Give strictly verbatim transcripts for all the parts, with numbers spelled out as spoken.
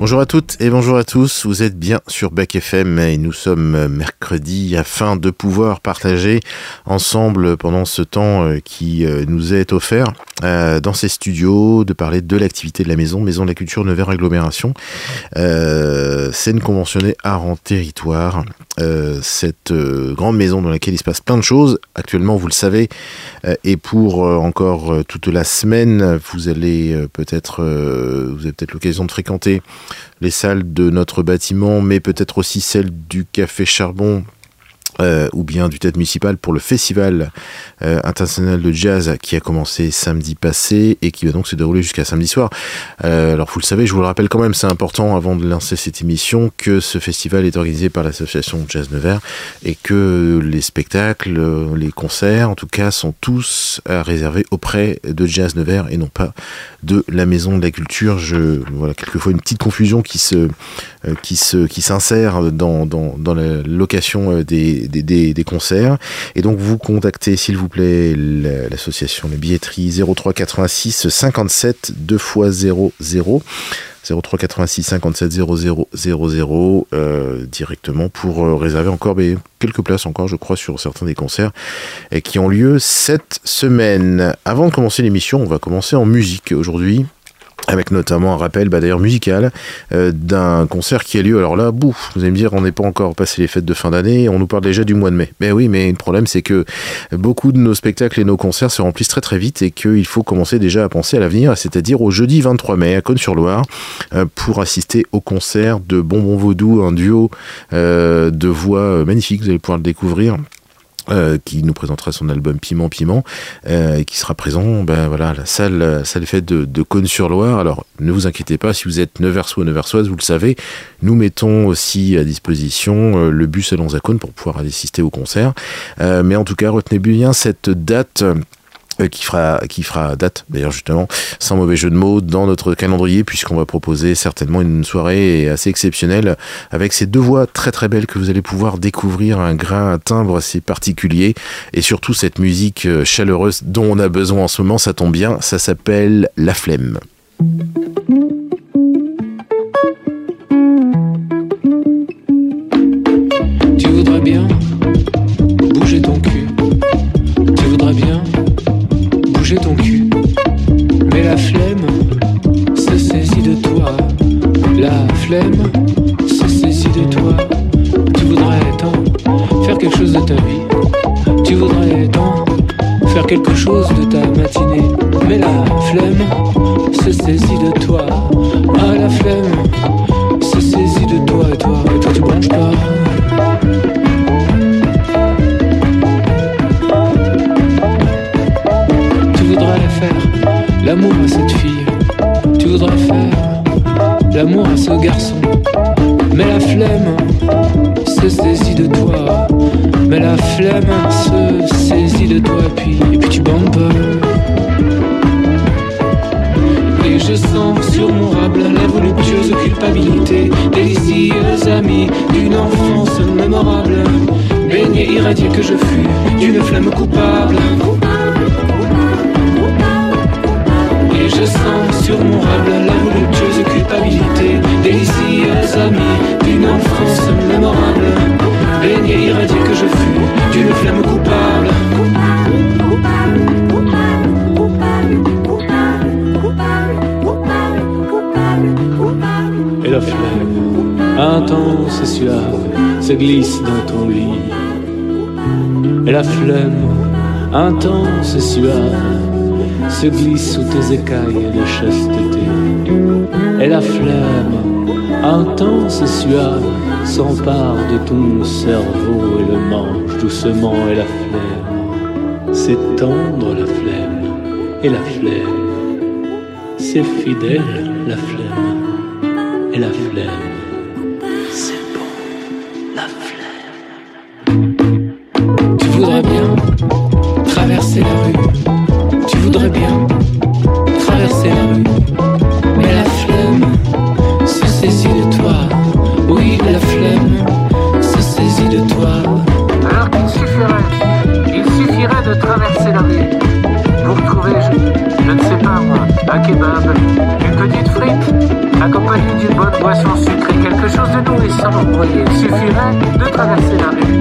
Bonjour à toutes et bonjour à tous, vous êtes bien sur Back F M et nous sommes mercredi afin de pouvoir partager ensemble pendant ce temps qui nous est offert dans ces studios, de parler de l'activité de la maison, Maison de la Culture Nevers Agglomération, euh, scène conventionnée art en territoire, euh, cette euh, grande maison dans laquelle il se passe plein de choses actuellement, vous le savez, euh, et pour euh, encore euh, toute la semaine, vous allez euh, peut-être, euh, vous avez peut-être l'occasion de fréquenter les salles de notre bâtiment, mais peut-être aussi celles du Café Charbon, Euh, ou bien du théâtre municipal pour le festival euh, international de jazz qui a commencé samedi passé et qui va donc se dérouler jusqu'à samedi soir. Euh, alors vous le savez, je vous le rappelle quand même, c'est important avant de lancer cette émission que ce festival est organisé par l'association Jazz Nevers et que les spectacles, les concerts en tout cas sont tous réservés auprès de Jazz Nevers et non pas de la Maison de la Culture. Je, voilà, quelquefois une petite confusion qui se, euh, qui se, qui s'insère dans, dans, dans la location des Des, des, des concerts. Et donc vous contactez s'il vous plaît l'association La Billetterie zéro trois quatre-vingt-six cinquante-sept deux fois zéro zéro zéro trois quatre-vingt-six cinquante-sept zéro zéro zéro zéro euh, directement pour euh, réserver encore mais, quelques places encore je crois sur certains des concerts et qui ont lieu cette semaine. Avant de commencer l'émission, on va commencer en musique aujourd'hui, avec notamment un rappel bah d'ailleurs musical euh, d'un concert qui a lieu. Alors là, bouf, vous allez me dire, on n'est pas encore passé les fêtes de fin d'année, on nous parle déjà du mois de mai. Mais oui, mais le problème c'est que beaucoup de nos spectacles et nos concerts se remplissent très très vite et qu'il faut commencer déjà à penser à l'avenir, c'est-à-dire au jeudi vingt-trois mai à Cosne-sur-Loire euh, pour assister au concert de Bonbon Vaudou, un duo euh, de voix magnifique, vous allez pouvoir le découvrir. Euh, qui nous présentera son album Piment Piment euh, et qui sera présent ben voilà à la salle la salle des fêtes de, de Cosne-sur-Loire. Alors ne vous inquiétez pas, si vous êtes Neversois ou Neversoise, vous le savez, nous mettons aussi à disposition euh, le bus Allons à Cosne pour pouvoir assister au concert, euh, mais en tout cas retenez bien cette date euh, qui fera, qui fera date d'ailleurs justement, sans mauvais jeu de mots, dans notre calendrier, puisqu'on va proposer certainement une soirée assez exceptionnelle avec ces deux voix très très belles que vous allez pouvoir découvrir, un grain, un timbre assez particulier et surtout cette musique chaleureuse dont on a besoin en ce moment. Ça tombe bien, ça s'appelle La Flemme. Tu voudrais bien bouger ton cul, tu voudrais bien bouger ton cul, mais la flemme se saisit de toi, la flemme se saisit de toi. Tu voudrais tant faire quelque chose de ta vie, tu voudrais tant faire quelque chose de ta matinée, mais la flemme se saisit de toi, ah la flemme se saisit de toi, et toi, et toi tu branches pas. L'amour à cette fille, tu voudrais faire l'amour à ce garçon, mais la flemme se saisit de toi, mais la flemme se saisit de toi, et puis, et puis tu bandes pas. Et je sens sur mon rable la voluptueuse culpabilité, délicieuse amie d'une enfance mémorable, baignée irradiée que je fus d'une flemme coupable. Et je sens sur mon rable la voluptueuse culpabilité, délicieuse amie d'une enfance mémorable, baignée irradiée que je fus d'une flamme coupable. Et la flemme intense et suave se glisse dans ton lit. Et la flemme intense et suave se glisse sous tes écailles de chasteté. Et la flemme intense et suave s'empare de ton cerveau et le mange doucement. Et la flemme, c'est tendre la flemme. Et la flemme, c'est fidèle la flemme. Et la flemme, c'est bon la flemme. Tu voudrais bien traverser la rue, tu voudrais bien traverser la rue, mais la flemme se saisit de toi. Oui, la flemme se saisit de toi. Alors qu'il suffirait, il suffirait de traverser la rue pour trouver, je, je ne sais pas moi, un kebab, une petite frite, accompagnée d'une bonne boîte boisson sucrée, quelque chose de nourrissant, vous voyez. Il suffirait de traverser la rue.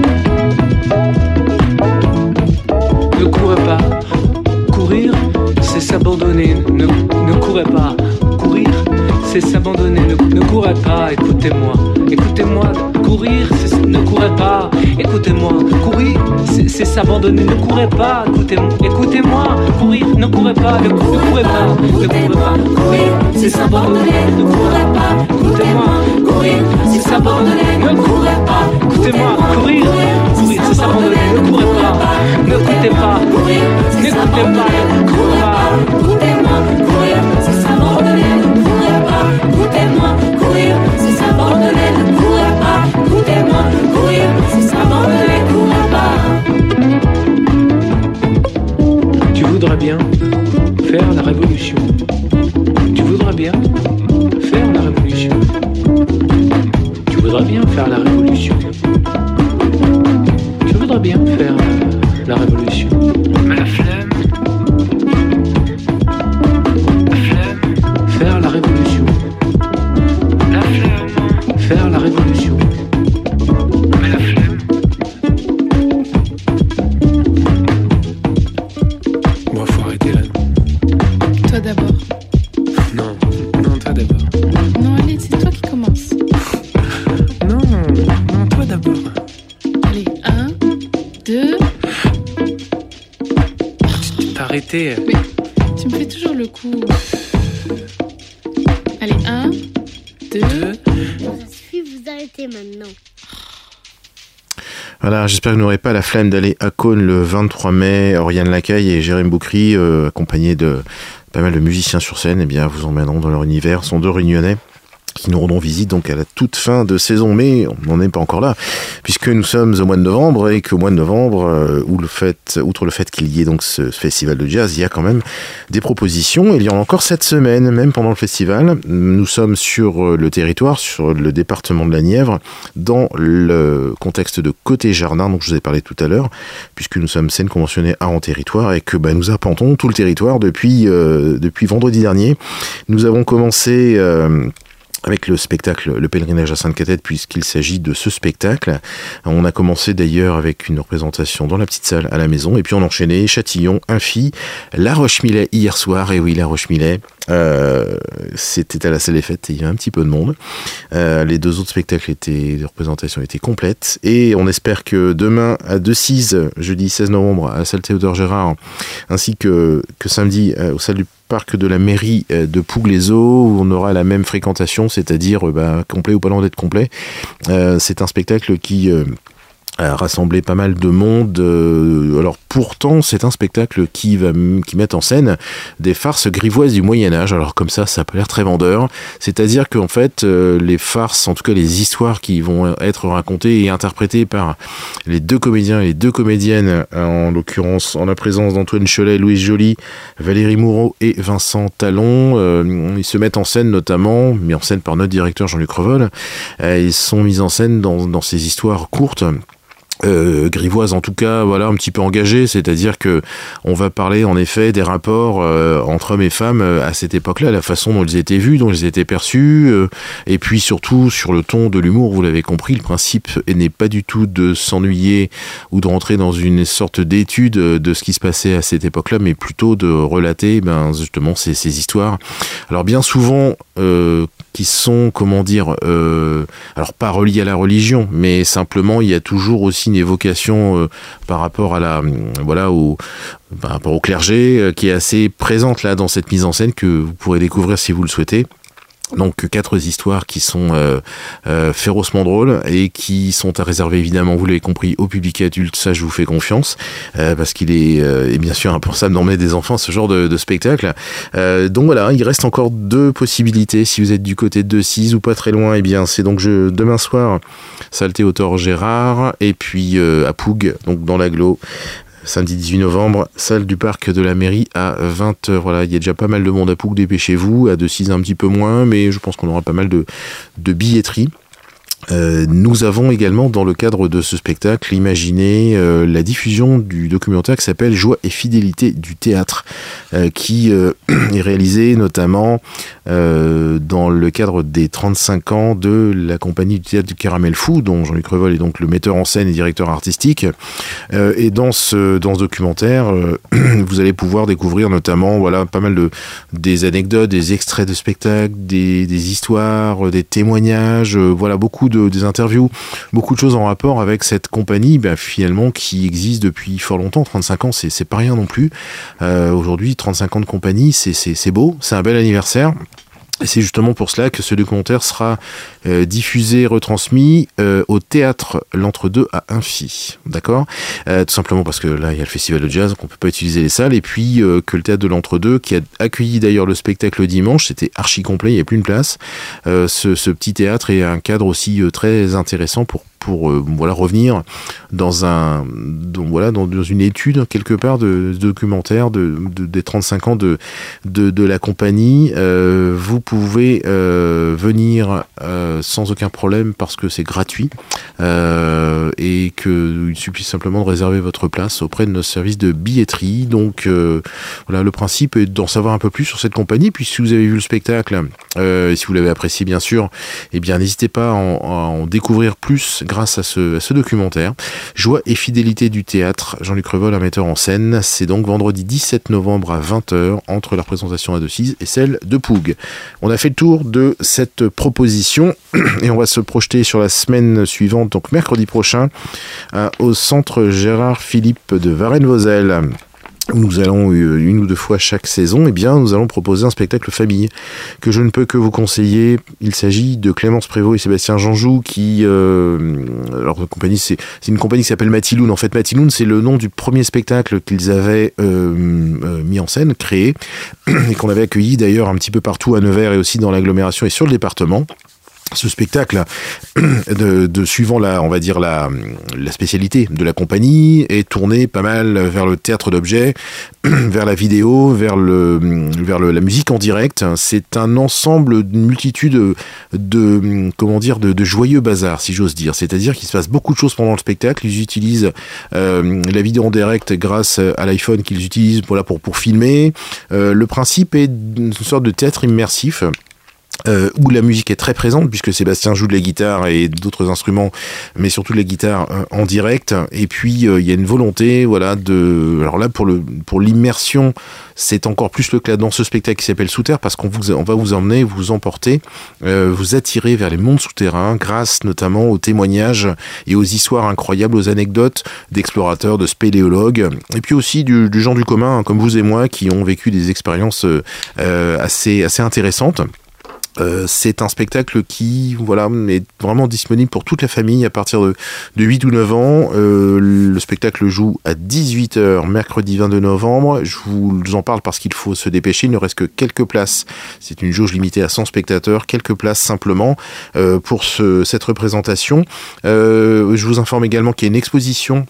Ne courez pas. Courir, c'est s'abandonner. Ne, ne courez pas. Courir, c'est s'abandonner. Ne, ne courez pas, écoutez-moi. Écoutez-moi, courir, c'est, ne courez pas. Écoutez-moi, courir, c'est, c'est s'abandonner. Ne courez pas, écoutez-moi. Écoutez-moi, courir, ne courez pas. Ne, ne courez pas, ne courez pas. Courir, c'est s'abandonner. Ne courez pas, écoutez-moi. Courir, c'est s'abandonner. Ne courez pas. Écoutez-moi, courir, courir, c'est s'abandonner. Ne courez pas. Ne coûtez pas. Courir, n'écoutez pas. Ne courez pas. Écoutez-moi, courir, c'est s'abandonner. Ne courez pas. Écoutez-moi, courir, c'est s'abandonner. Ne courez pas. Écoutez-moi, courir, c'est s'abandonner. Ne courez pas. Tu voudrais bien faire la révolution. Tu voudrais bien faire la révolution. Tu voudrais bien faire la révolution. Tu voudrais bien faire la révolution. Mais la flemme. La flemme. Faire la révolution. La flemme. Faire la révolution. Mais la flemme. Bon, faut arrêter là. Toi d'abord. Non, non, toi d'abord. Non, allez, c'est toi qui commence. Non, non, toi d'abord. Allez, un, deux. T'as arrêté. Mais tu me fais toujours le coup. Allez, un, deux. Deux. Ça suffit, vous arrêtez maintenant. Voilà, j'espère que vous n'aurez pas la flemme d'aller à Cône le vingt-trois mai. Oriane Lacaille et Jérémy Boukry, euh, accompagnés de pas mal de musiciens sur scène, eh bien, vous emmèneront dans leur univers. Sont deux Réunionnais qui nous rendront visite donc à la toute fin de saison, mais on n'en est pas encore là, puisque nous sommes au mois de novembre et qu'au mois de novembre, euh, où le fait, outre le fait qu'il y ait donc ce, ce festival de jazz, il y a quand même des propositions. Il y en a encore cette semaine, même pendant le festival. Nous sommes sur le territoire, sur le département de la Nièvre, dans le contexte de Côté Jardin, dont je vous ai parlé tout à l'heure, puisque nous sommes scène conventionnée à en territoire et que bah, nous arpentons tout le territoire depuis, euh, depuis vendredi dernier. Nous avons commencé Euh, avec le spectacle Le Pèlerinage à Sainte-Cathède, puisqu'il s'agit de ce spectacle. On a commencé d'ailleurs avec une représentation dans la petite salle à la maison, et puis on enchaînait Châtillon, Infi, La Roche-Millet hier soir, et oui, La Roche-Millet, euh, c'était à la salle des fêtes, et il y a un petit peu de monde. Euh, les deux autres spectacles étaient, les représentations étaient complètes, et on espère que demain à Decize, jeudi seize novembre, à la salle Théodore Gérard, ainsi que, que samedi euh, au salle du parc de la mairie de Pougue-les-Eaux, où on aura la même fréquentation, c'est-à-dire bah, complet ou pas loin d'être complet. Euh, c'est un spectacle qui euh, a rassemblé pas mal de monde. Euh, alors pourtant, c'est un spectacle qui va qui met en scène des farces grivoises du Moyen-Âge. Alors comme ça, ça peut l'air très vendeur. C'est-à-dire qu'en fait, euh, les farces, en tout cas les histoires qui vont être racontées et interprétées par les deux comédiens et les deux comédiennes, en l'occurrence en la présence d'Antoine Cholet, Louise Joly, Valérie Moureau et Vincent Talon. Euh, ils se mettent en scène notamment, mis en scène par notre directeur Jean-Luc Revol. Euh, ils sont mis en scène dans, dans ces histoires courtes. Euh, grivoise en tout cas, voilà, un petit peu engagée, c'est-à-dire que on va parler en effet des rapports euh, entre hommes et femmes euh, à cette époque-là, la façon dont ils étaient vus, dont ils étaient perçus, euh, et puis surtout sur le ton de l'humour. Vous l'avez compris, le principe n'est pas du tout de s'ennuyer ou de rentrer dans une sorte d'étude de ce qui se passait à cette époque-là, mais plutôt de relater ben, justement ces, ces histoires. Alors bien souvent, euh, qui sont, comment dire, euh, alors pas reliés à la religion, mais simplement il y a toujours aussi une évocation euh, par rapport à la, voilà, au, par rapport au clergé, euh, qui est assez présente là dans cette mise en scène que vous pourrez découvrir si vous le souhaitez. Donc quatre histoires qui sont euh, euh, férocement drôles et qui sont à réserver évidemment, vous l'avez compris, au public adulte. Ça, je vous fais confiance euh, parce qu'il est, euh, est bien sûr impensable d'emmener des enfants à ce genre de, de spectacle. Euh, donc voilà, il reste encore deux possibilités. Si vous êtes du côté de Decize ou pas très loin, eh bien c'est donc je, demain soir, salle Théodore Gérard, et puis euh, à Pougue, donc dans l'agglo. Samedi dix-huit novembre, salle du parc de la mairie à vingt heures. Voilà, il y a déjà pas mal de monde à Pougue, dépêchez-vous. À Decize un petit peu moins, mais je pense qu'on aura pas mal de, de billetterie. Euh, nous avons également, dans le cadre de ce spectacle, imaginé euh, la diffusion du documentaire qui s'appelle Joie et fidélité du théâtre, euh, qui euh, est réalisé notamment euh, dans le cadre des trente-cinq ans de la compagnie du théâtre du Caramel Fou, dont Jean-Luc Revol est donc le metteur en scène et directeur artistique. Euh, et dans ce, dans ce documentaire, euh, vous allez pouvoir découvrir notamment voilà, pas mal de des anecdotes, des extraits de spectacles, des, des histoires, des témoignages, euh, voilà, beaucoup de, des interviews, beaucoup de choses en rapport avec cette compagnie, ben, finalement, qui existe depuis fort longtemps. trente-cinq ans, c'est, c'est pas rien non plus. Euh, aujourd'hui, trente-cinq ans de compagnie, c'est, c'est, c'est beau, c'est un bel anniversaire. Et c'est justement pour cela que ce documentaire sera euh, diffusé, retransmis euh, au théâtre L'Entre-deux à Inchy, d'accord, euh, tout simplement parce que là il y a le festival de jazz, qu'on peut pas utiliser les salles, et puis euh, que le théâtre de l'Entre-deux, qui a accueilli d'ailleurs le spectacle le dimanche, c'était archi complet, il n'y a plus une place. Euh, ce, ce petit théâtre est un cadre aussi euh, très intéressant pour pour euh, voilà revenir dans un donc voilà dans, dans une étude quelque part de, de documentaire de, de des trente-cinq ans de de, de la compagnie. Euh, vous pouvez euh, venir euh, sans aucun problème parce que c'est gratuit euh, et que il suffit simplement de réserver votre place auprès de nos services de billetterie. Donc euh, voilà, le principe est d'en savoir un peu plus sur cette compagnie. Puis si vous avez vu le spectacle, euh, et si vous l'avez apprécié bien sûr, eh bien n'hésitez pas à en, à en découvrir plus grâce à ce, à ce documentaire. Joie et fidélité du théâtre, Jean-Luc Revol, un metteur en scène. C'est donc vendredi dix-sept novembre à vingt heures, entre la représentation à Decize et celle de Poug. On a fait le tour de cette proposition et on va se projeter sur la semaine suivante, donc mercredi prochain, euh, au centre Gérard Philippe de Varennes-Vauzelles. Nous allons une ou deux fois chaque saison, eh bien, nous allons proposer un spectacle famille que je ne peux que vous conseiller. Il s'agit de Clémence Prévost et Sébastien Janjou qui, euh, alors la compagnie, c'est, c'est une compagnie qui s'appelle Matiloun. En fait, Matiloun, c'est le nom du premier spectacle qu'ils avaient euh, euh, mis en scène, créé, et qu'on avait accueilli d'ailleurs un petit peu partout à Nevers et aussi dans l'agglomération et sur le département. Ce spectacle, de, de suivant la, on va dire la, la spécialité de la compagnie, est tourné pas mal vers le théâtre d'objets, vers la vidéo, vers le, vers le, la musique en direct. C'est un ensemble, d'une multitude de, de comment dire, de, de joyeux bazar, si j'ose dire. C'est-à-dire qu'il se passe beaucoup de choses pendant le spectacle. Ils utilisent euh, la vidéo en direct grâce à l'iPhone qu'ils utilisent, voilà, pour pour filmer. Euh, le principe est une sorte de théâtre immersif. Euh, où la musique est très présente puisque Sébastien joue de la guitare et d'autres instruments, mais surtout de la guitare euh, en direct. Et puis il euh, y a une volonté, voilà, de. Alors là pour le pour l'immersion, c'est encore plus le cas dans ce spectacle qui s'appelle Sous Terre parce qu'on vous on va vous emmener, vous emporter, euh, vous attirer vers les mondes souterrains grâce notamment aux témoignages et aux histoires incroyables, aux anecdotes d'explorateurs, de spéléologues, et puis aussi du, du gens du commun hein, comme vous et moi qui ont vécu des expériences euh, assez assez intéressantes. Euh, c'est un spectacle qui, voilà, est vraiment disponible pour toute la famille à partir de, de huit ou neuf ans. Euh, le spectacle joue à dix-huit heures, mercredi vingt-deux novembre. Je vous en parle parce qu'il faut se dépêcher. Il ne reste que quelques places. C'est une jauge limitée à cent spectateurs. Quelques places simplement euh, pour ce, cette représentation. Euh, je vous informe également qu'il y a une exposition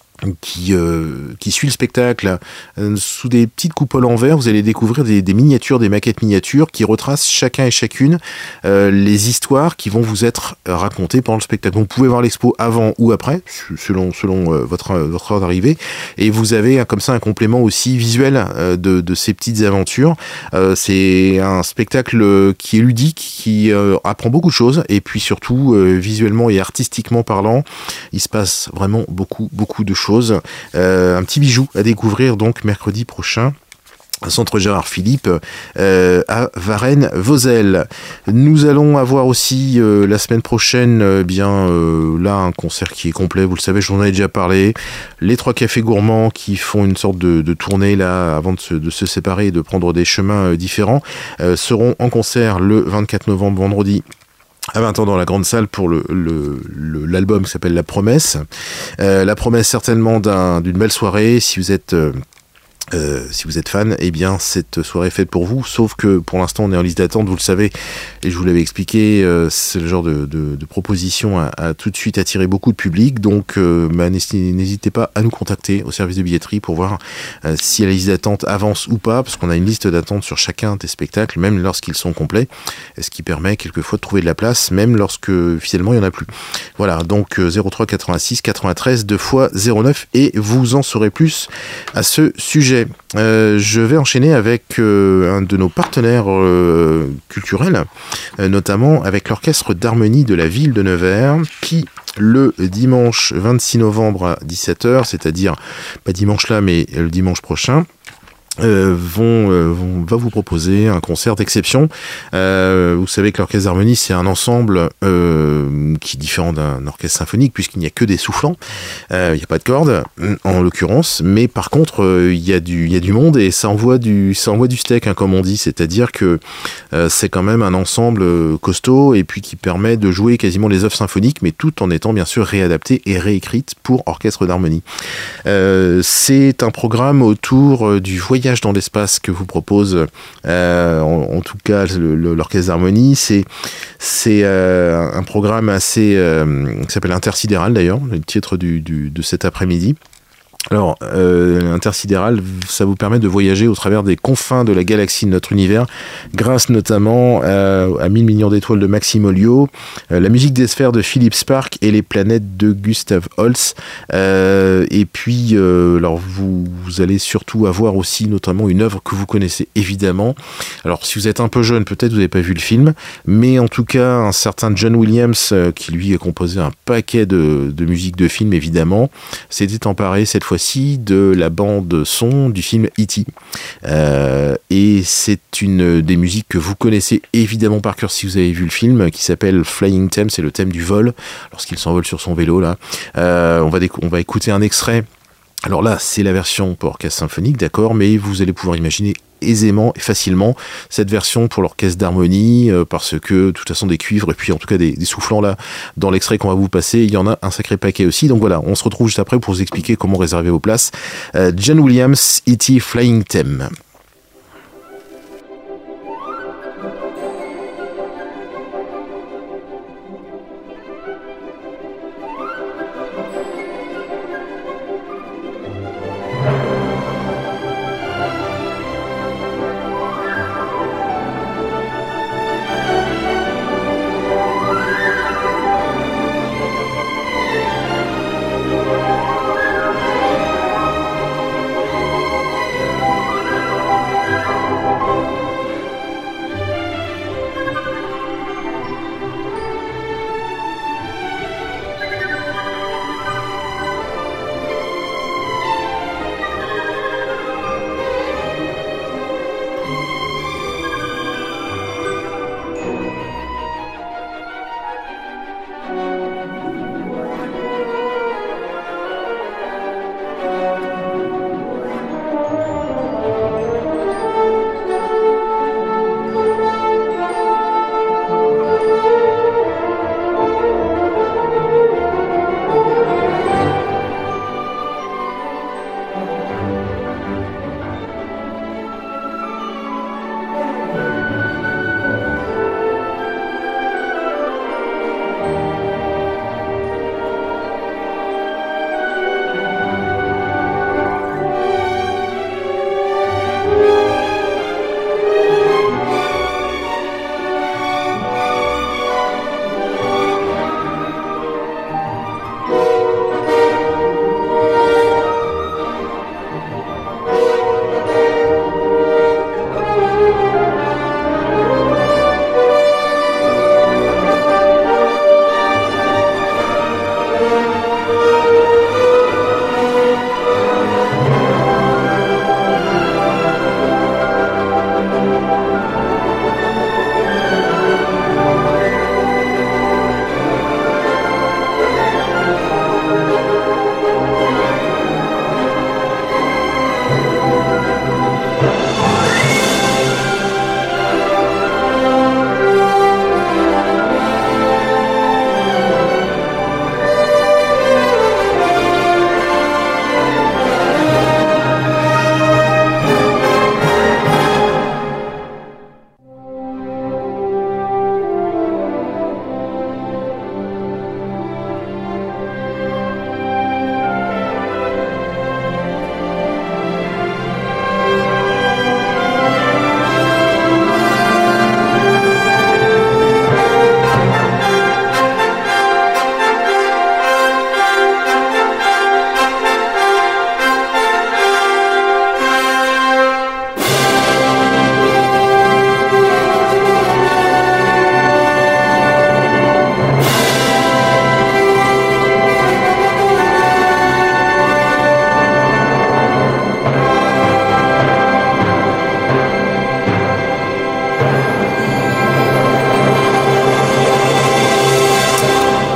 qui euh, qui suit le spectacle euh, sous des petites coupoles en verre. Vous allez découvrir des, des miniatures, des maquettes miniatures qui retracent chacun et chacune euh, les histoires qui vont vous être racontées pendant le spectacle. Vous pouvez voir l'expo avant ou après, selon selon euh, votre votre heure d'arrivée. Et vous avez euh, comme ça un complément aussi visuel euh, de de ces petites aventures. Euh, c'est un spectacle qui est ludique, qui euh, apprend beaucoup de choses et puis surtout euh, visuellement et artistiquement parlant, il se passe vraiment beaucoup beaucoup de choses. Euh, un petit bijou à découvrir donc mercredi prochain. Centre Gérard Philippe euh, à Varennes-Vauzelles. Nous allons avoir aussi euh, la semaine prochaine, euh, bien euh, là un concert qui est complet. Vous le savez, je vous en ai déjà parlé. Les trois cafés gourmands qui font une sorte de, de tournée là avant de se, de se séparer et de prendre des chemins euh, différents euh, seront en concert le vingt-quatre novembre, vendredi, à vingt ans dans la grande salle pour le, le, le l'album qui s'appelle La Promesse. Euh, la promesse certainement d'un, d'une belle soirée. Si vous êtes euh, Euh, si vous êtes fan, eh bien cette soirée est faite pour vous, sauf que pour l'instant on est en liste d'attente, vous le savez, et je vous l'avais expliqué, euh, c'est le genre de, de, de proposition à, à tout de suite attirer beaucoup de public, donc euh, bah, n'hésitez pas à nous contacter au service de billetterie pour voir euh, si la liste d'attente avance ou pas, parce qu'on a une liste d'attente sur chacun des spectacles, même lorsqu'ils sont complets, ce qui permet quelquefois de trouver de la place, même lorsque finalement il n'y en a plus. Voilà, donc euh, zéro trois quatre-vingt-six quatre-vingt-treize deux fois zéro neuf, et vous en saurez plus à ce sujet. Euh, je vais enchaîner avec euh, un de nos partenaires euh, culturels, euh, notamment avec l'Orchestre d'harmonie de la ville de Nevers, qui le dimanche vingt-six novembre à dix-sept heures, c'est-à-dire pas dimanche là mais le dimanche prochain, Euh, vont, euh, vont va vous proposer un concert d'exception. Euh, vous savez que l'orchestre d'harmonie, c'est un ensemble euh, qui est différent d'un orchestre symphonique, puisqu'il n'y a que des soufflants. Euh, il n'y a pas de cordes, en l'occurrence, mais par contre, euh, il y a du, il y a du monde et ça envoie du, ça envoie du steak, hein, comme on dit. C'est-à-dire que euh, c'est quand même un ensemble costaud et puis qui permet de jouer quasiment les œuvres symphoniques, mais tout en étant bien sûr réadapté et réécrite pour orchestre d'harmonie. Euh, c'est un programme autour du voyage dans l'espace que vous propose euh, en, en tout cas le, le, l'Orchestre d'harmonie. C'est, c'est euh, un programme assez euh, qui s'appelle Intersidéral d'ailleurs, le titre du, du, de cet après-midi. Alors, euh, Intersidéral, ça vous permet de voyager au travers des confins de la galaxie de notre univers, grâce notamment à, à mille millions d'étoiles de Maxime Olliot, euh, la musique des sphères de Philippe Spark et les planètes de Gustav Holst. Euh, et puis, euh, alors vous, vous allez surtout avoir aussi notamment une œuvre que vous connaissez évidemment. Alors, si vous êtes un peu jeune, peut-être vous n'avez pas vu le film, mais en tout cas, un certain John Williams, euh, qui lui a composé un paquet de, de musique de film, évidemment, s'était emparé cette fois de la bande son du film E T Euh, et c'est une des musiques que vous connaissez évidemment par cœur si vous avez vu le film, qui s'appelle Flying Theme, c'est le thème du vol, lorsqu'il s'envole sur son vélo là. Euh, on va déc- on va écouter un extrait. Alors là, c'est la version pour orchestre symphonique, d'accord, mais vous allez pouvoir imaginer aisément et facilement cette version pour l'orchestre d'harmonie, euh, parce que de toute façon des cuivres et puis en tout cas des, des soufflants là dans l'extrait qu'on va vous passer, il y en a un sacré paquet aussi. Donc voilà, on se retrouve juste après pour vous expliquer comment réserver vos places. euh, John Williams, E T Flying Theme. Thank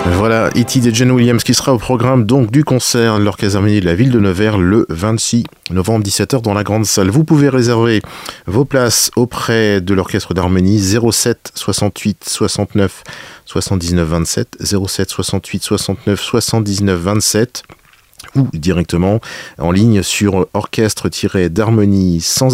Voilà, E T de John Williams qui sera au programme donc du concert de l'Orchestre d'harmonie de la ville de Nevers le vingt-six novembre dix-sept heures dans la grande salle. Vous pouvez réserver vos places auprès de l'Orchestre d'harmonie zéro sept soixante-huit soixante-neuf soixante-dix-neuf vingt-sept zéro sept soixante-huit soixante-neuf soixante-dix-neuf vingt-sept ou directement en ligne sur orchestre-d'harmonie sans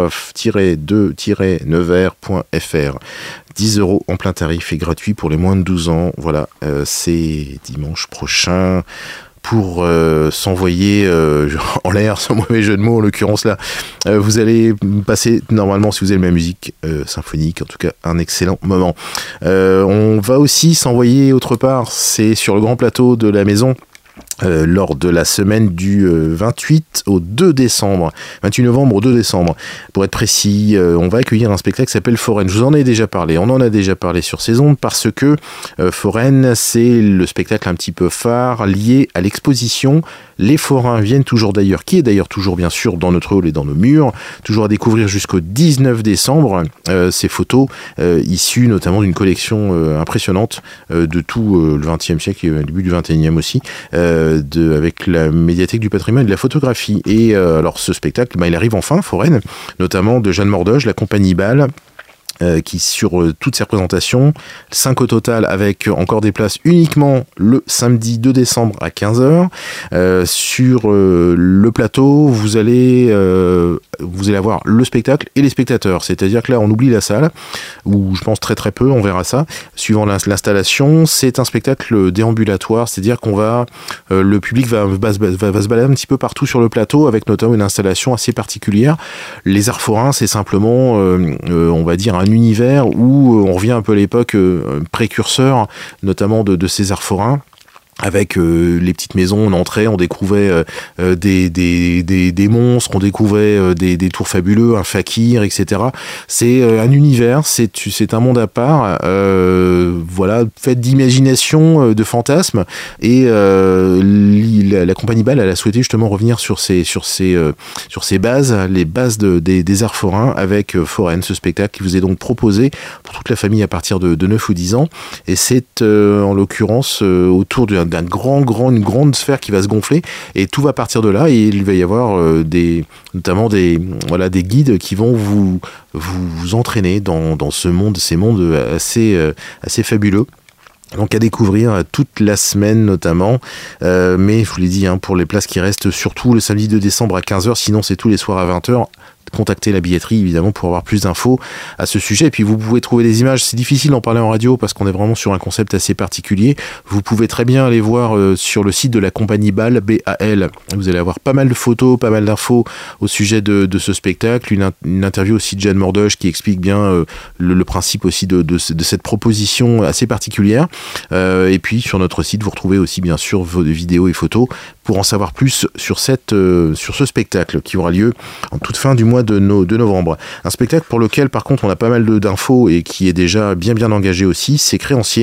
apostrophe-de-nevers point f r. dix euros en plein tarif et gratuit pour les moins de douze ans. Voilà, euh, c'est dimanche prochain pour euh, s'envoyer euh, en l'air, sans mauvais jeu de mots en l'occurrence là. Euh, vous allez passer normalement, si vous aimez la musique euh, symphonique, en tout cas un excellent moment. Euh, on va aussi s'envoyer autre part, c'est sur le grand plateau de la maison. Euh, lors de la semaine du euh, vingt-huit au deux décembre, vingt-huit novembre au deux décembre, pour être précis, euh, on va accueillir un spectacle qui s'appelle Foraine. Je vous en ai déjà parlé, on en a déjà parlé sur ces ondes parce que euh, Foraine, c'est le spectacle un petit peu phare lié à l'exposition Les Forains viennent toujours d'ailleurs, qui est d'ailleurs toujours bien sûr dans notre hall et dans nos murs, toujours à découvrir jusqu'au dix-neuf décembre, euh, ces photos euh, issues notamment d'une collection euh, impressionnante euh, de tout euh, le vingtième siècle et le début du vingt et unième aussi, euh, De, avec la médiathèque du patrimoine et de la photographie. Et euh, alors ce spectacle, bah, il arrive enfin, Foraine, notamment de Jeanne Mordoge, la compagnie Bâle, Euh, qui sur euh, toutes ces représentations, cinq au total avec encore des places uniquement le samedi deux décembre à quinze heures. Euh, sur euh, le plateau, vous allez, euh, vous allez avoir le spectacle et les spectateurs. C'est-à-dire que là, on oublie la salle, ou je pense très très peu, on verra ça. Suivant l'installation, c'est un spectacle déambulatoire, c'est-à-dire qu'on va, euh, le public va, va, va, va se balader un petit peu partout sur le plateau, avec notamment une installation assez particulière. Les arts forains, c'est simplement, euh, euh, on va dire, un univers où on revient un peu à l'époque euh, précurseur, notamment de, de ces arts forains. Avec euh, les petites maisons, on entrait, on découvrait euh, des, des, des, des monstres, on découvrait euh, des, des tours fabuleux, un fakir, et cetera. C'est euh, un univers, c'est, c'est un monde à part, euh, voilà, fait d'imagination, euh, de fantasmes. Et euh, la, la compagnie Bâle, elle a souhaité justement revenir sur ces, sur ces, euh, sur ces bases, les bases de, des, des arts forains, avec euh, Foraine, ce spectacle qui vous est donc proposé pour toute la famille à partir de, de neuf ou dix ans. Et c'est euh, en l'occurrence euh, autour d'un d'un grand, grand, une grande sphère qui va se gonfler et tout va partir de là et il va y avoir euh, des, notamment des, voilà, des guides qui vont vous, vous, vous entraîner dans, dans ce monde, ces mondes assez, euh, assez fabuleux. Donc à découvrir toute la semaine notamment, euh, mais je vous l'ai dit, hein, pour les places qui restent, surtout le samedi deux décembre à quinze heures, sinon c'est tous les soirs à vingt heures. Contactez la billetterie évidemment pour avoir plus d'infos à ce sujet. Et puis vous pouvez trouver des images, c'est difficile d'en parler en radio parce qu'on est vraiment sur un concept assez particulier. Vous pouvez très bien aller voir euh, sur le site de la compagnie Bâle, B A L. Vous allez avoir pas mal de photos, pas mal d'infos au sujet de, de ce spectacle, une, une interview aussi de Jeanne Mordoge qui explique bien euh, le, le principe aussi de, de, de cette proposition assez particulière. Euh, et puis sur notre site, vous retrouvez aussi bien sûr vos vidéos et photos pour en savoir plus sur, cette, euh, sur ce spectacle qui aura lieu en toute fin du mois de, no, de novembre. Un spectacle pour lequel par contre on a pas mal de, d'infos et qui est déjà bien bien engagé aussi, c'est Créancier.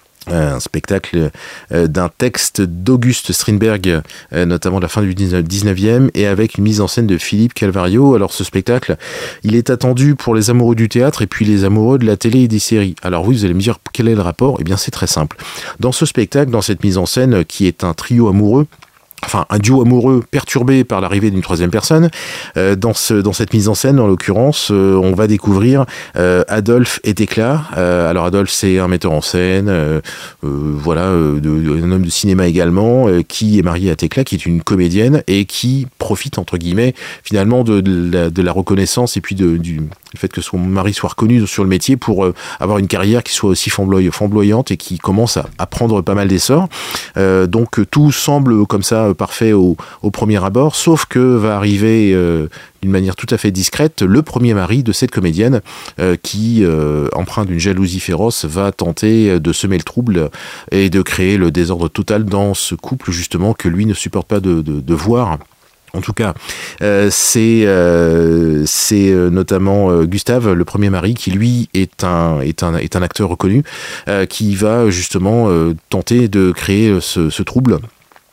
Un spectacle euh, d'un texte d'Auguste Strindberg, euh, notamment de la fin du dix-neuvième, et avec une mise en scène de Philippe Calvario. Alors ce spectacle, il est attendu pour les amoureux du théâtre et puis les amoureux de la télé et des séries. Alors oui, vous allez me dire quel est le rapport ? Eh bien c'est très simple. Dans ce spectacle, dans cette mise en scène qui est un trio amoureux, enfin un duo amoureux perturbé par l'arrivée d'une troisième personne, euh, dans, ce, dans cette mise en scène, en l'occurrence, euh, on va découvrir euh, Adolphe et Thécla. Euh, alors Adolphe, c'est un metteur en scène, euh, euh, voilà, euh, de, de, un homme de cinéma également, euh, qui est marié à Thécla, qui est une comédienne et qui profite, entre guillemets, finalement de, de, la, de la reconnaissance et puis de, du le fait que son mari soit reconnu sur le métier pour euh, avoir une carrière qui soit aussi flamboyante et qui commence à, à prendre pas mal d'essor. Euh, donc tout semble comme ça parfait au, au premier abord, sauf que va arriver euh, d'une manière tout à fait discrète le premier mari de cette comédienne euh, qui, euh, empreint d'une jalousie féroce, va tenter de semer le trouble et de créer le désordre total dans ce couple justement que lui ne supporte pas de, de, de voir. En tout cas, euh, c'est, euh, c'est notamment euh, Gustave, le premier mari, qui lui est un, est un, est un acteur reconnu, euh, qui va justement euh, tenter de créer ce, ce trouble.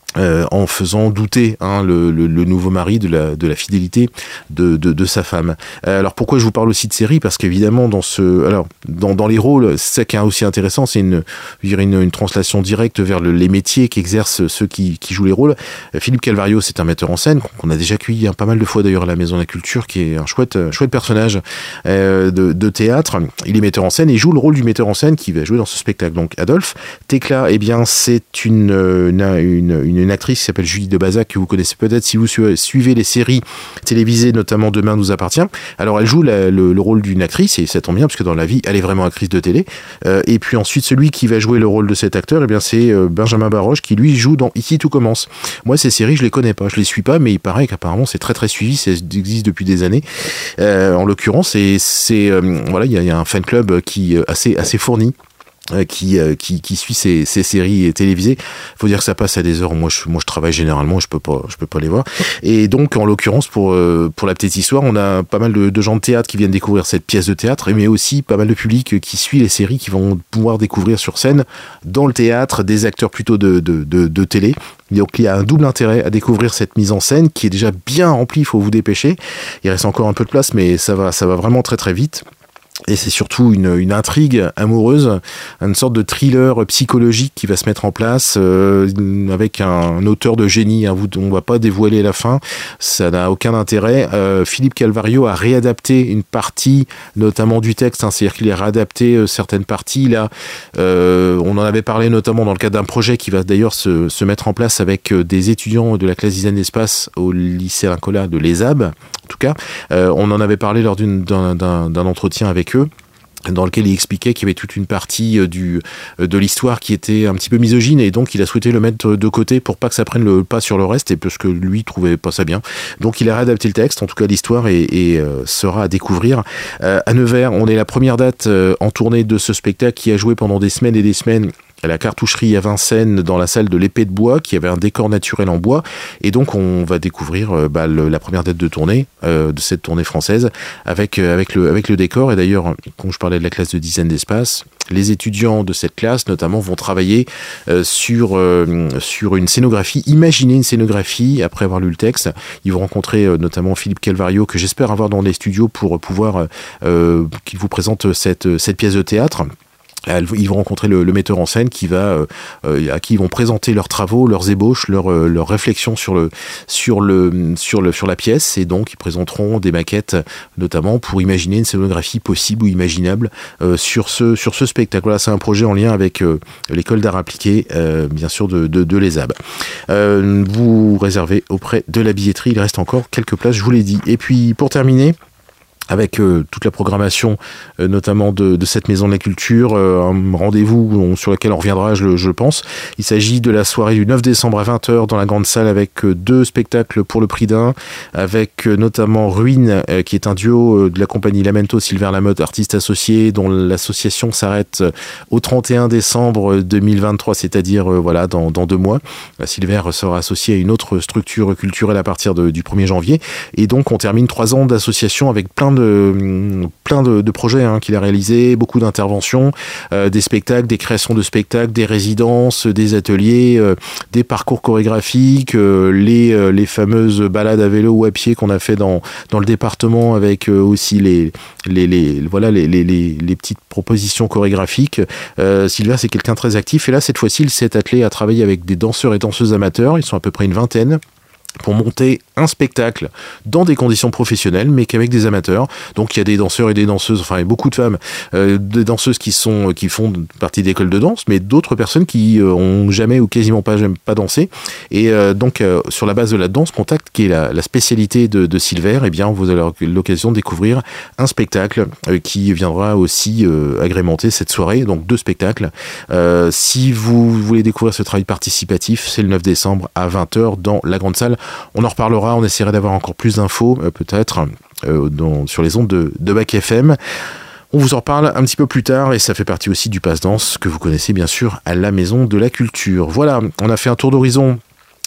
Euh, en faisant douter hein, le, le, le nouveau mari de la, de la fidélité de, de, de sa femme. Euh, alors pourquoi je vous parle aussi de série ? Parce qu'évidemment dans ce, alors dans, dans les rôles, c'est ça qui est aussi intéressant, c'est une, je dirais une, une translation directe vers le, les métiers qu'exercent ceux qui, qui jouent les rôles. Euh, Philippe Calvario, c'est un metteur en scène qu'on a déjà accueilli hein, pas mal de fois d'ailleurs à la Maison de la Culture, qui est un chouette, chouette personnage euh, de, de théâtre. Il est metteur en scène et il joue le rôle du metteur en scène qui va jouer dans ce spectacle. Donc Adolphe Tecla, eh bien c'est une, une, une, une une actrice qui s'appelle Julie Debazac, que vous connaissez peut-être si vous suivez les séries télévisées, notamment Demain nous appartient. Alors elle joue la, le, le rôle d'une actrice, et ça tombe bien parce que dans la vie elle est vraiment actrice de télé. Euh, et puis ensuite celui qui va jouer le rôle de cet acteur, eh bien c'est euh, Benjamin Baroche, qui lui joue dans Ici tout commence. Moi ces séries je les connais pas, je les suis pas, mais il paraît qu'apparemment c'est très très suivi, ça existe depuis des années. Euh, en l'occurrence, et c'est euh, voilà, il y, y a un fan club qui euh, assez assez fourni. Qui, qui qui suit ces, ces séries télévisées. Faut dire que ça passe à des heures où moi je moi je travaille généralement, je peux pas je peux pas les voir. Et donc en l'occurrence pour pour la petite histoire, on a pas mal de, de gens de théâtre qui viennent découvrir cette pièce de théâtre, mais aussi pas mal de public qui suit les séries, qui vont pouvoir découvrir sur scène dans le théâtre des acteurs plutôt de de de, de télé. Donc il y a un double intérêt à découvrir cette mise en scène qui est déjà bien remplie. Il faut vous dépêcher. Il reste encore un peu de place, mais ça va ça va vraiment très très vite. Et c'est surtout une, une intrigue amoureuse, une sorte de thriller psychologique qui va se mettre en place euh, avec un, un auteur de génie. Hein, vous, on ne va pas dévoiler la fin, ça n'a aucun intérêt. Euh, Philippe Calvario a réadapté une partie, notamment du texte, hein, c'est-à-dire qu'il a réadapté euh, certaines parties. Là, euh, on en avait parlé notamment dans le cadre d'un projet qui va d'ailleurs se, se mettre en place avec euh, des étudiants de la classe design d'espace au lycée Lincola de l'ESAB. En tout cas, euh, on en avait parlé lors d'une, d'un, d'un, d'un entretien avec eux, dans lequel il expliquait qu'il y avait toute une partie du, de l'histoire qui était un petit peu misogyne, et donc il a souhaité le mettre de côté pour pas que ça prenne le pas sur le reste, et parce que lui trouvait pas ça bien. Donc il a réadapté le texte, en tout cas l'histoire, et, et euh, sera à découvrir. Euh, à Nevers, on est la première date euh, en tournée de ce spectacle qui a joué pendant des semaines et des semaines à la cartoucherie à Vincennes, dans la salle de l'Épée de Bois, qui avait un décor naturel en bois. Et donc, on va découvrir euh, bah, le, la première date de tournée, euh, de cette tournée française, avec, euh, avec, le, avec le décor. Et d'ailleurs, quand je parlais de la classe de design d'espace, les étudiants de cette classe, notamment, vont travailler euh, sur, euh, sur une scénographie, imaginer une scénographie, après avoir lu le texte. Ils vont rencontrer euh, notamment Philippe Calvario, que j'espère avoir dans les studios pour pouvoir euh, qu'il vous présente cette, cette pièce de théâtre. Ils vont rencontrer le, le metteur en scène qui va, euh, à qui ils vont présenter leurs travaux, leurs ébauches, leurs euh, leurs réflexions sur le sur le sur le sur la pièce, et donc ils présenteront des maquettes, notamment pour imaginer une scénographie possible ou imaginable euh, sur ce sur ce spectacle. Voilà, c'est un projet en lien avec euh, l'école d'art appliqué, euh, bien sûr de de, de l'ESAB. Euh, vous réservez auprès de la billetterie. Il reste encore quelques places, je vous l'ai dit. Et puis pour terminer, avec euh, toute la programmation, euh, notamment de, de cette Maison de la Culture, euh, un rendez-vous on, sur lequel on reviendra, je, je pense. Il s'agit de la soirée du neuf décembre à vingt heures dans la grande salle, avec euh, deux spectacles pour le prix d'un, avec euh, notamment Ruine, euh, qui est un duo euh, de la compagnie Lamento, Sylvain Lamotte, artiste associé, dont l'association s'arrête euh, au trente et un décembre deux mille vingt-trois, c'est-à-dire euh, voilà, dans, dans deux mois. Euh, Sylvain sera associé à une autre structure culturelle à partir de, du premier janvier. Et donc, on termine trois ans d'association avec plein de plein de, de projets hein, qu'il a réalisés, beaucoup d'interventions, euh, des spectacles, des créations de spectacles, des résidences, des ateliers, euh, des parcours chorégraphiques, euh, les, euh, les fameuses balades à vélo ou à pied qu'on a fait dans, dans le département, avec euh, aussi les, les, les, voilà, les, les, les, les petites propositions chorégraphiques. Euh, Sylvain, c'est quelqu'un de très actif, et là, cette fois-ci, il s'est attelé à travailler avec des danseurs et danseuses amateurs. Ils sont à peu près une vingtaine, pour monter un spectacle dans des conditions professionnelles, mais qu'avec des amateurs. Donc il y a des danseurs et des danseuses, enfin il y a beaucoup de femmes, euh, des danseuses qui sont qui font partie d'écoles de danse, mais d'autres personnes qui euh, ont jamais ou quasiment pas jamais pas dansé. Et euh, donc euh, sur la base de la danse contact, qui est la, la spécialité de, de Silver, eh bien vous avez l'occasion de découvrir un spectacle euh, qui viendra aussi euh, agrémenter cette soirée. Donc deux spectacles. Euh, si vous voulez découvrir ce travail participatif, c'est le neuf décembre à vingt heures dans la grande salle. On en reparlera, on essaiera d'avoir encore plus d'infos, euh, peut-être, euh, dans, sur les ondes de, de Bac F M. On vous en reparle un petit peu plus tard, et ça fait partie aussi du Passe Danse, que vous connaissez bien sûr à la Maison de la Culture. Voilà, on a fait un tour d'horizon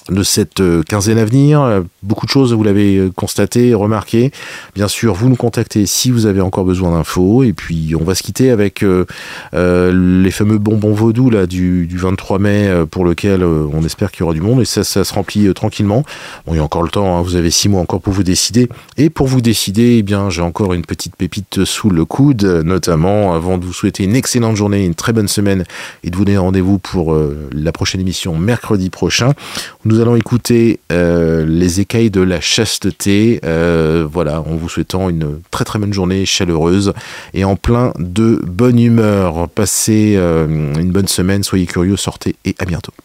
de cette quinzaine à venir. Beaucoup de choses, vous l'avez constaté, remarqué. Bien sûr, vous nous contactez si vous avez encore besoin d'infos. Et puis, on va se quitter avec euh, euh, les fameux bonbons vaudous là, du, du vingt-trois mai, euh, pour lequel euh, on espère qu'il y aura du monde. Et ça, ça se remplit euh, tranquillement. Bon, il y a encore le temps, hein, vous avez six mois encore pour vous décider. Et pour vous décider, eh bien, j'ai encore une petite pépite sous le coude, notamment avant de vous souhaiter une excellente journée, une très bonne semaine et de vous donner rendez-vous pour euh, la prochaine émission mercredi prochain. Nous allons écouter euh, les écailles de la chasteté, euh, voilà, en vous souhaitant une très très bonne journée chaleureuse et en plein de bonne humeur. Passez euh, une bonne semaine, soyez curieux, sortez et à bientôt.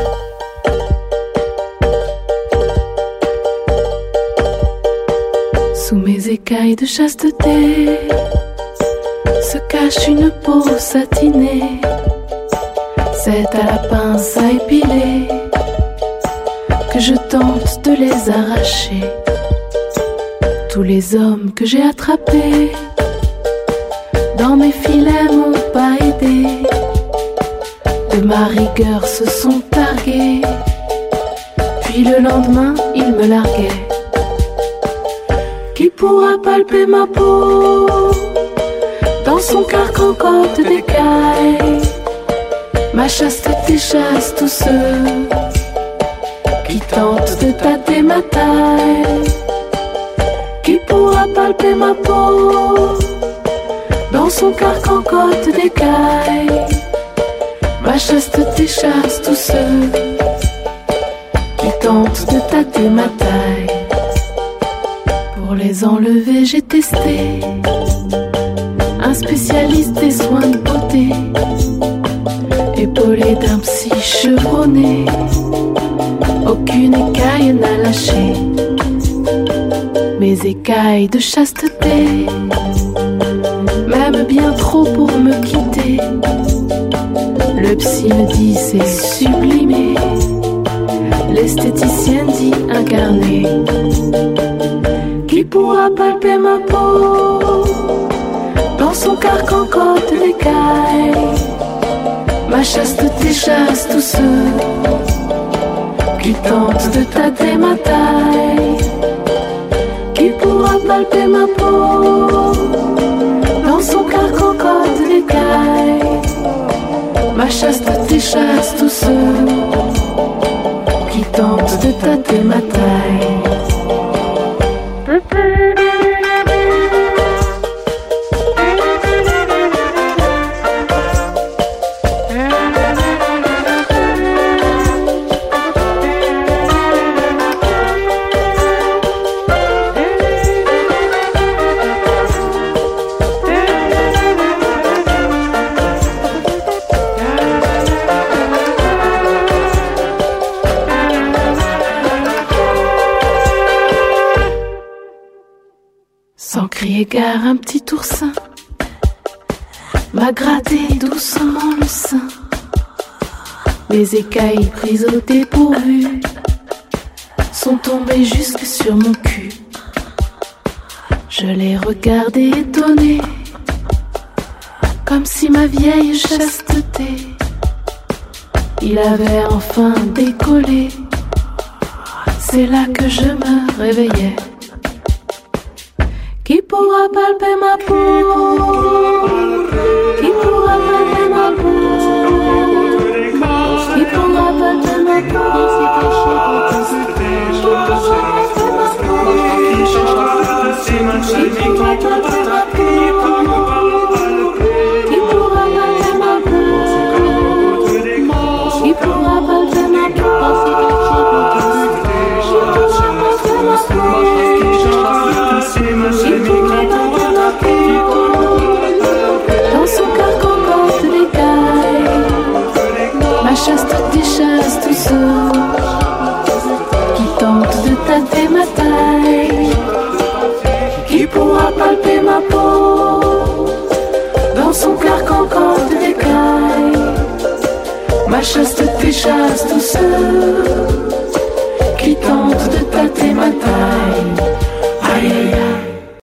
Sous mes écailles de chasteté se cache une peau satinée. C'est à la pince à épiler que je tente de les arracher. Tous les hommes que j'ai attrapés dans mes filets m'ont pas aidé. De ma rigueur se sont targués, puis le lendemain ils me larguaient. Qui pourra palper ma peau dans son carcan côte d'écailles? Ma chasteté chasse tous ceux qui tentent de tâter ma taille. Qui pourra palper ma peau dans son carcan côte d'écailles? Ma chasteté chasse tous ceux qui tentent de tâter ma taille. Pour les enlever j'ai testé un spécialiste des soins de beauté, épaulé d'un psy chevronné, aucune écaille n'a lâché. Mes écailles de chasteté m'aiment bien trop pour me quitter. Le psy me dit c'est sublimé, l'esthéticienne dit incarné. Qui pourra palper ma peau dans son carcan côte d'écailles? Ma chasteté chasse tous ceux qui tentent de tâter ma taille. Qui pourra palper ma peau dans son carcan côte d'écailles? Ma chasteté chasse tous ceux qui tentent de tâter ma taille. Gare un petit oursin m'a gratté doucement le sein. Mes écailles prises au dépourvu sont tombées jusque sur mon cul. Je l'ai regardé étonné, comme si ma vieille chasteté il avait enfin décollé. C'est là que je me réveillais. Qui pourra palper ma peau? Qui pourra palper ma peau? Qui pourra palper ma peau? Qui pourra palper ma peau? Qui pourra palper ma peau? Qui pourra palper ma peau? Qui pourra palper ma peau? Dans son carcan côte d'écailles, ma chasteté chasse tous ceux qui tentent de tâter ma taille. Qui pourra palper ma peau dans son carcan côte d'écailles? Ma chasteté chasse tous ceux qui tentent de tâter ma taille. Aïe aïe aïe.